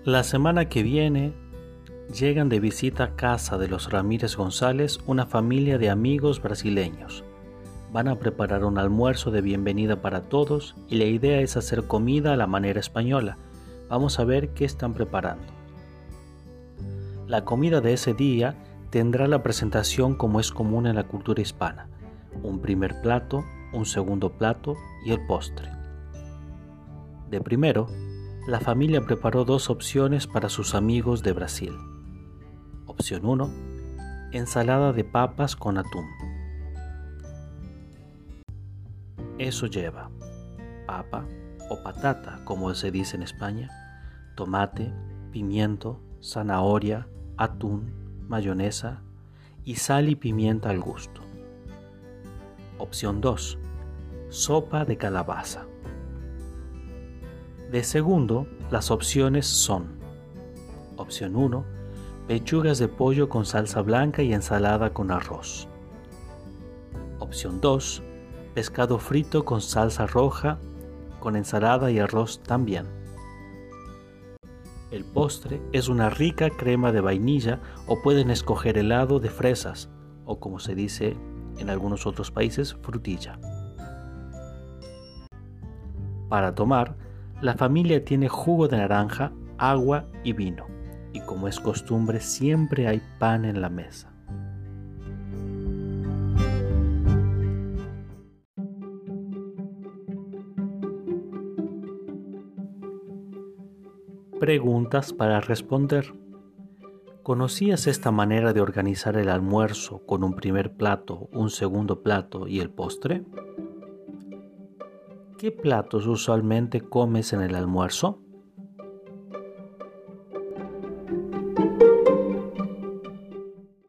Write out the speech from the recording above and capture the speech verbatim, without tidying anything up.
La semana que viene llegan de visita a casa de los Ramírez González una familia de amigos brasileños. Van a preparar un almuerzo de bienvenida para todos y la idea es hacer comida a la manera española. Vamos a ver qué están preparando. La comida de ese día tendrá la presentación como es común en la cultura hispana: un primer plato, un segundo plato y el postre. De primero, la familia preparó dos opciones para sus amigos de Brasil. Opción uno, ensalada de papas con atún. Eso lleva papa o patata, como se dice en España, tomate, pimiento, zanahoria, atún, mayonesa y sal y pimienta al gusto. Opción dos, sopa de calabaza. De segundo, las opciones son: opción uno, pechugas de pollo con salsa blanca y ensalada con arroz. Opción dos, pescado frito con salsa roja, con ensalada y arroz también. El postre es una rica crema de vainilla o pueden escoger helado de fresas o, como se dice en algunos otros países, frutilla. Para tomar, la familia tiene jugo de naranja, agua y vino, y como es costumbre, siempre hay pan en la mesa. Preguntas para responder. ¿Conocías esta manera de organizar el almuerzo con un primer plato, un segundo plato y el postre? ¿Qué platos usualmente comes en el almuerzo?